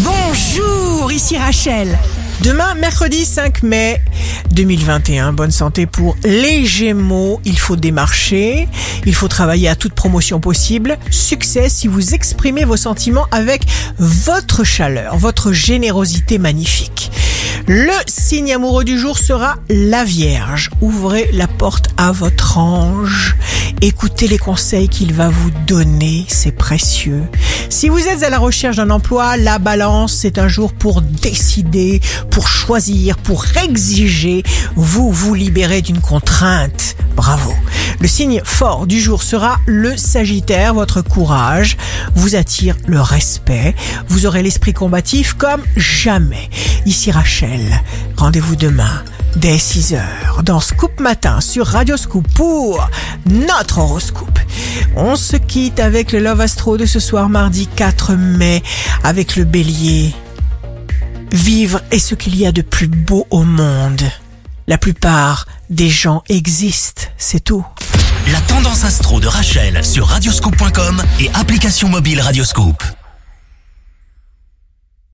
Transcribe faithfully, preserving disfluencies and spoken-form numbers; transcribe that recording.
Bonjour, ici Rachel. Demain, mercredi cinq mai deux mille vingt et un, bonne santé pour les Gémeaux. Il faut démarcher, il faut travailler à toute promotion possible. Succès si vous exprimez vos sentiments avec votre chaleur, votre générosité magnifique. Le signe amoureux du jour sera la Vierge. Ouvrez la porte à votre ange. Écoutez les conseils qu'il va vous donner, c'est précieux. Si vous êtes à la recherche d'un emploi, la Balance, c'est un jour pour décider, pour choisir, pour exiger. Vous vous libérez d'une contrainte. Bravo. Le signe fort du jour sera le Sagittaire. Votre courage vous attire le respect. Vous aurez l'esprit combatif comme jamais. Ici Rachel, rendez-vous demain dès six heures dans Scoop Matin sur Radio Scoop pour notre horoscope. On se quitte avec le Love Astro de ce soir mardi quatre mai avec le Bélier. Vivre est ce qu'il y a de plus beau au monde. La plupart des gens existent, c'est tout. La tendance astro de Rachel sur radioscoop point com et application mobile Radioscoop.